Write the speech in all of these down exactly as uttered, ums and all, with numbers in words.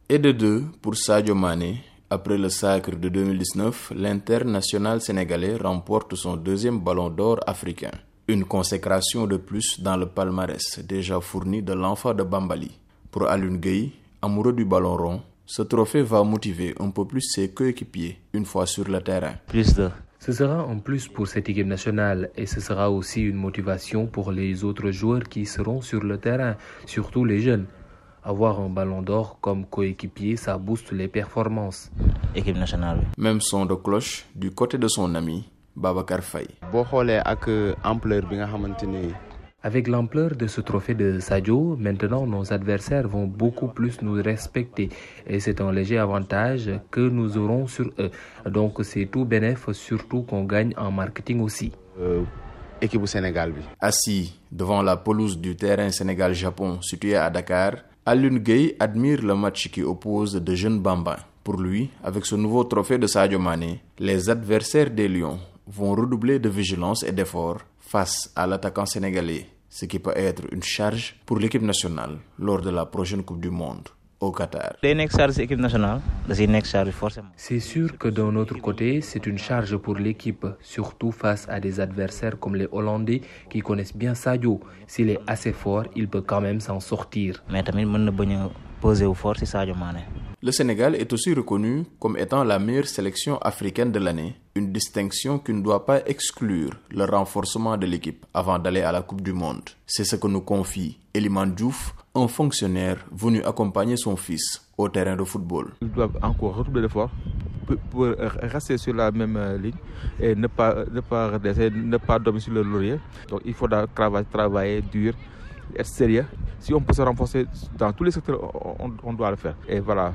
Et de deux pour Sadio Mané. Après le sacre de deux mille dix-neuf, l'international sénégalais remporte son deuxième ballon d'or africain. Une consécration de plus dans le palmarès déjà fourni de l'enfant de Bambali. Pour Alioune Gueye, amoureux du ballon rond, ce trophée va motiver un peu plus ses coéquipiers une fois sur le terrain. Plus de... Ce sera un plus pour cette équipe nationale et ce sera aussi une motivation pour les autres joueurs qui seront sur le terrain, surtout les jeunes. Avoir un ballon d'or comme coéquipier, ça booste les performances. Équipe nationale. Même son de cloche du côté de son ami Babacar Faye. Avec l'ampleur de ce trophée de Sadio, maintenant nos adversaires vont beaucoup plus nous respecter et c'est un léger avantage que nous aurons sur eux. Donc c'est tout bénéf, surtout qu'on gagne en marketing aussi. Euh, équipe du Sénégal. Assis devant la pelouse du terrain Sénégal-Japon situé à Dakar, Alioune Gueye admire le match qui oppose de jeunes bambins. Pour lui, avec ce nouveau trophée de Sadio Mané, les adversaires des Lions vont redoubler de vigilance et d'efforts face à l'attaquant sénégalais, ce qui peut être une charge pour l'équipe nationale lors de la prochaine Coupe du Monde au Qatar. C'est sûr que d'un autre côté, c'est une charge pour l'équipe, surtout face à des adversaires comme les Hollandais qui connaissent bien Sadio. S'il est assez fort, il peut quand même s'en sortir. Le Sénégal est aussi reconnu comme étant la meilleure sélection africaine de l'année, une distinction qui ne doit pas exclure le renforcement de l'équipe avant d'aller à la Coupe du Monde. C'est ce que nous confie Eliman Diouf, un fonctionnaire venu accompagner son fils au terrain de football. Ils doivent encore redoubler d'efforts pour, pour rester sur la même ligne et ne pas, ne pas redescendre, ne pas dormir sur le laurier. Donc il faudra travailler, travailler dur, être sérieux. Si on peut se renforcer dans tous les secteurs, on, on doit le faire. Et voilà.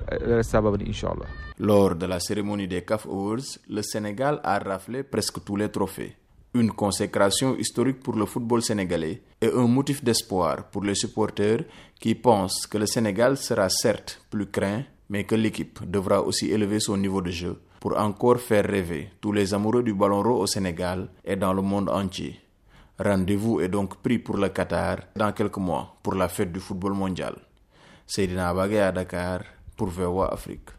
Lors de la cérémonie des C A F Awards, le Sénégal a raflé presque tous les trophées. Une consécration historique pour le football sénégalais et un motif d'espoir pour les supporters qui pensent que le Sénégal sera certes plus craint, mais que l'équipe devra aussi élever son niveau de jeu pour encore faire rêver tous les amoureux du ballon rond au Sénégal et dans le monde entier. Rendez-vous est donc pris pour le Qatar dans quelques mois pour la fête du football mondial. Seydina Bagay à Dakar pour V O A Afrique.